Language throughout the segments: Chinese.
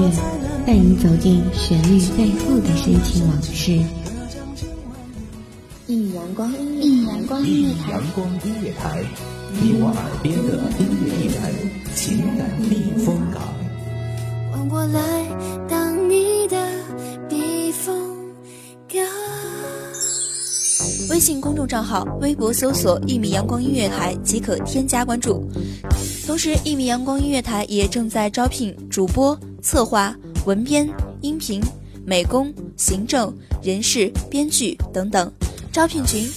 乐，带你走进旋律背后的深情往事。 一米阳光音乐台，你我耳边的音乐驿站，情感避风港。 换我来当你的避风港。 微信公众账号、微博搜索“一米阳光音乐台”即可添加关注。同时，一米阳光音乐台也正在招聘主播、策划、文编、音频、美工、行政、人事、编剧等等。招聘群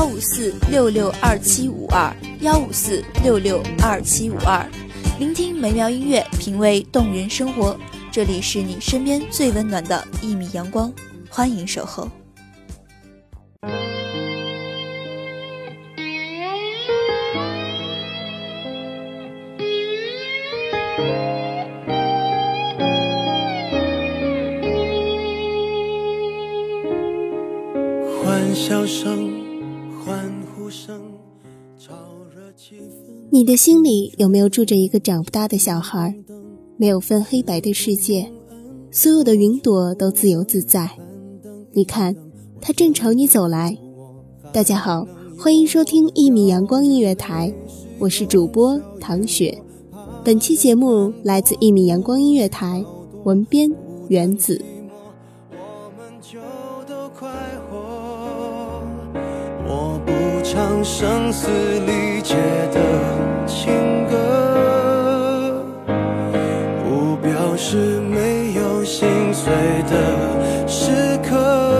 154662752，154662752。聆听美妙音乐，品味动人生活，这里是你身边最温暖的一米阳光，欢迎守候。 欢笑声，欢呼声，潮热气氛。 你的心里有没有住着一个长不大的小孩？没有分黑白的世界，所有的云朵都自由自在。你看，他正朝你走来。大家好，欢迎收听一米阳光音乐台，我是主播唐雪。本期节目来自一米阳光音乐台，文编原子。 我不唱声嘶力竭的情歌，不表示没有心碎的时刻，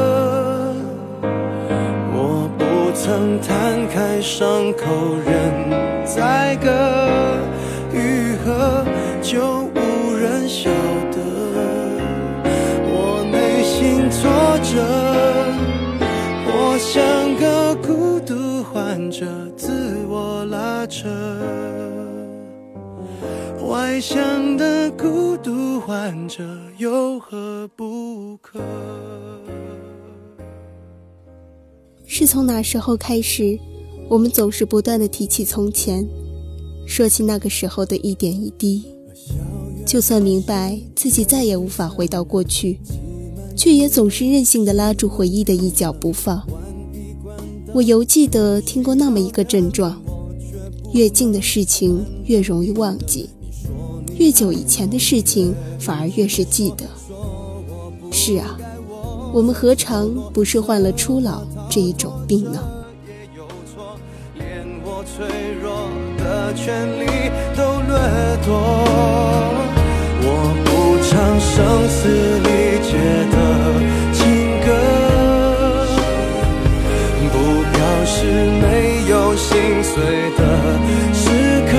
我不曾摊开伤口任宰割，愈合就无人晓得我内心挫折，我像个孤独患者，自我拉扯，外向的孤独患者有何不可？ 是从哪时候开始，我们总是不断地提起从前，说起那个时候的一点一滴，就算明白自己再也无法回到过去，却也总是任性地拉住回忆的一角不放。我犹记得听过那么一个症状，越近的事情越容易忘记，越久以前的事情反而越是记得。是啊，我们何尝不是患了初老这一种病呢？ 连我脆弱的权利都掠夺，我不唱声嘶力竭的情歌，不表示没有心碎的时刻，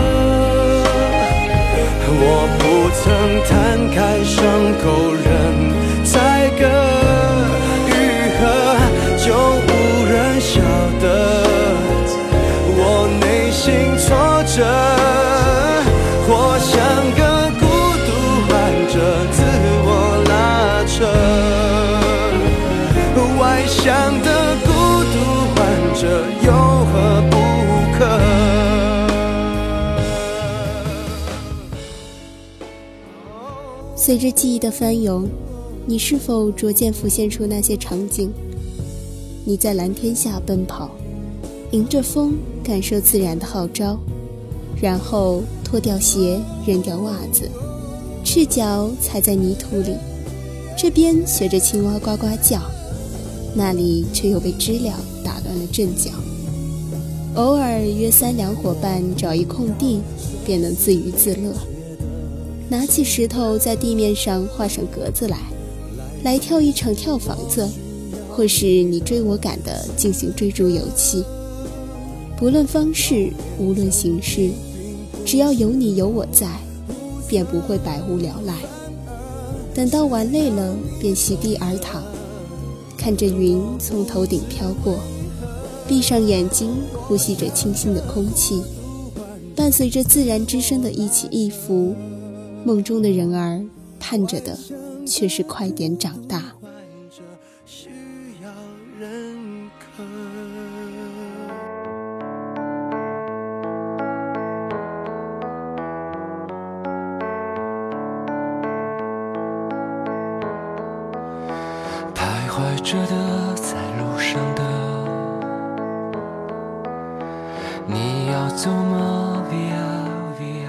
我不曾摊开伤口任宰割，愈合就无人晓得我内心挫折，或像个孤独患者自我拉扯，外向的孤独患者有何不可？ 随着记忆的翻涌，你是否逐渐浮现出那些场景？你在蓝天下奔跑，迎着风感受自然的号召，然后脱掉鞋，扔掉袜子，赤脚踩在泥土里，这边学着青蛙呱呱叫，那里却又被知了打乱了阵脚。偶尔约3两伙伴找一空地，便能自娱自乐，拿起石头在地面上画上格子来跳一场跳房子，或是你追我赶的进行追逐游戏。不论方式，无论形式，只要有你有我在，便不会百无聊赖。等到玩累了，便席地而躺，看着云从头顶飘过，闭上眼睛，呼吸着清新的空气，伴随着自然之声的一起一伏，梦中的人儿盼着的却是快点长大。 需要认可。 怀着的，在路上的，你要走吗 Via Via。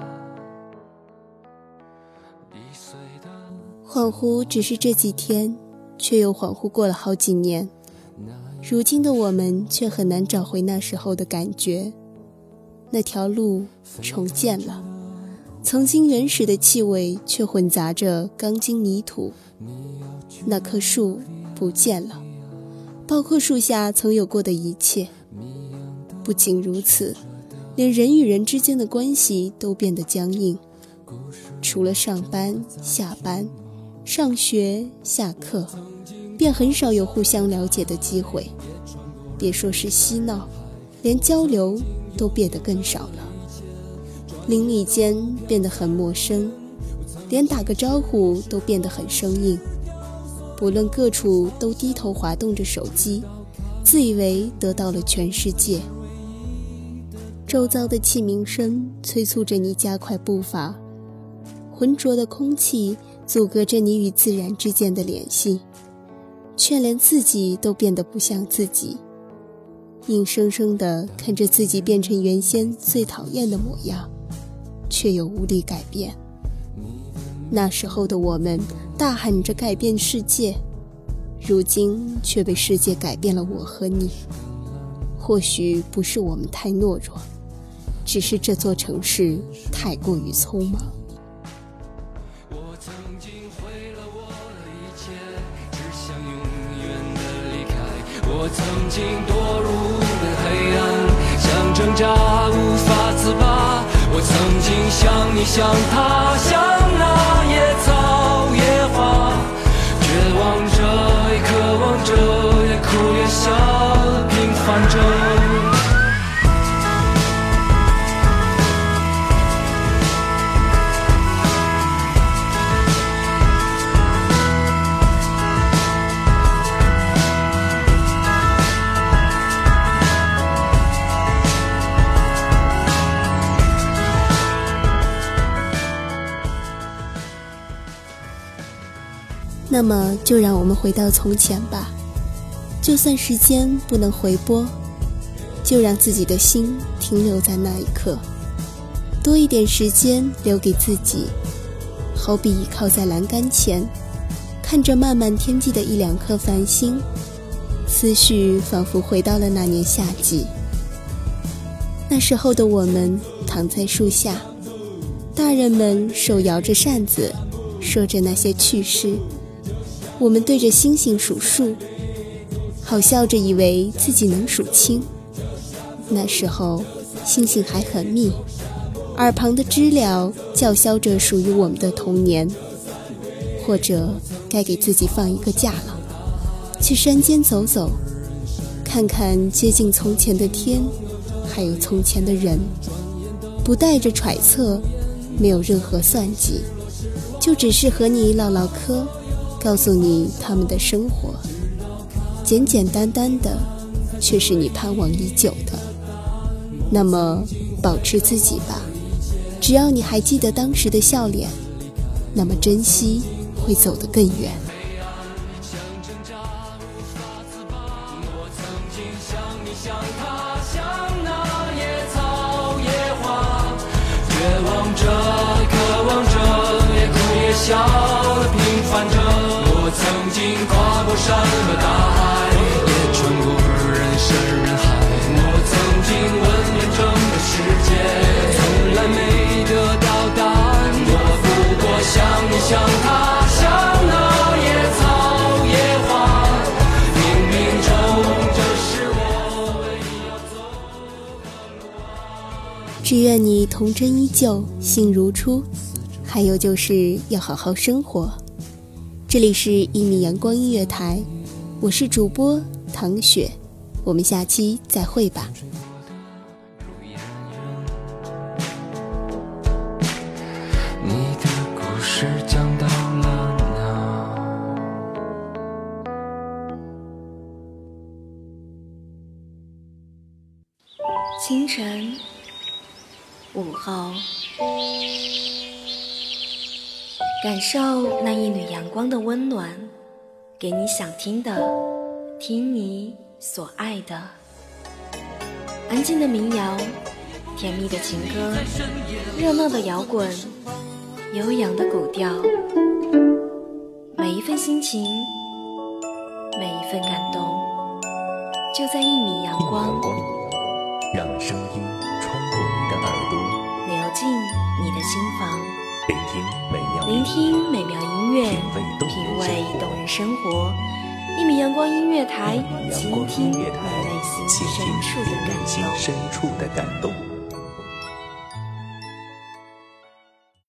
恍惚只是这几天，却又恍惚过了好几年。如今的我们却很难找回那时候的感觉。那条路重建了，曾经原始的气味却混杂着钢筋泥土。那棵树不见了，包括树下曾有过的一切。不仅如此，连人与人之间的关系都变得僵硬。除了上班、下班、上学、下课，便很少有互相了解的机会。别说是嬉闹，连交流都变得更少了。邻里间变得很陌生，连打个招呼都变得很生硬。不论各处都低头滑动着手机，自以为得到了全世界。周遭的器皿声催促着你加快步伐，浑浊的空气阻隔着你与自然之间的联系，却连自己都变得不像自己，硬生生地看着自己变成原先最讨厌的模样，却又无力改变。那时候的我们大喊着改变世界，如今却被世界改变了我和你。或许不是我们太懦弱，只是这座城市太过于匆忙。 我曾经毁了我的一切，只想永远的离开。我曾经堕入了黑暗，想挣扎无法自拔。我曾经像你像他，像那野草野花，绝望着也渴望着，也哭也笑，平凡着。 那么就让我们回到从前吧，就算时间不能回拨，就让自己的心停留在那一刻，多一点时间留给自己，好比倚靠在栏杆前，看着漫漫天际的一两颗繁星，思绪仿佛回到了那年夏季。那时候的我们躺在树下，大人们手摇着扇子，说着那些趣事。我们对着星星数数，好笑着以为自己能数清。那时候星星还很密，耳旁的知了叫嚣着属于我们的童年。或者该给自己放一个假了，去山间走走，看看接近从前的天，还有从前的人，不带着揣测，没有任何算计，就只是和你唠唠嗑，告诉你他们的生活，简简单单的，却是你盼望已久的。那么保持自己吧，只要你还记得当时的笑脸，那么珍惜会走得更远。 绝望着，渴望着，也哭也笑的平凡着。我曾经跨过山和大海，也穿过人山人海。我曾经问遍整个世界，从来没得到答案。我不过像你像他，像那野草野花，冥冥中这是我唯一要走的路啊。 只愿你童真依旧，心如初，还有就是要好好生活。这里是1米阳光音乐台，我是主播唐雪，我们下期再会吧。 你的故事讲到了哪？ 清晨、午后，感受那一缕阳光的温暖， 给你想听的，听你所爱的。安静的民谣，甜蜜的情歌，热闹的摇滚，悠扬的古调，每一份心情，每一份感动，就在1米阳光， 让声音穿过你的耳朵， 流进你的心房， 聆听美妙音乐，品味动人生活。1米阳光音乐台，倾听你内心深处的感动。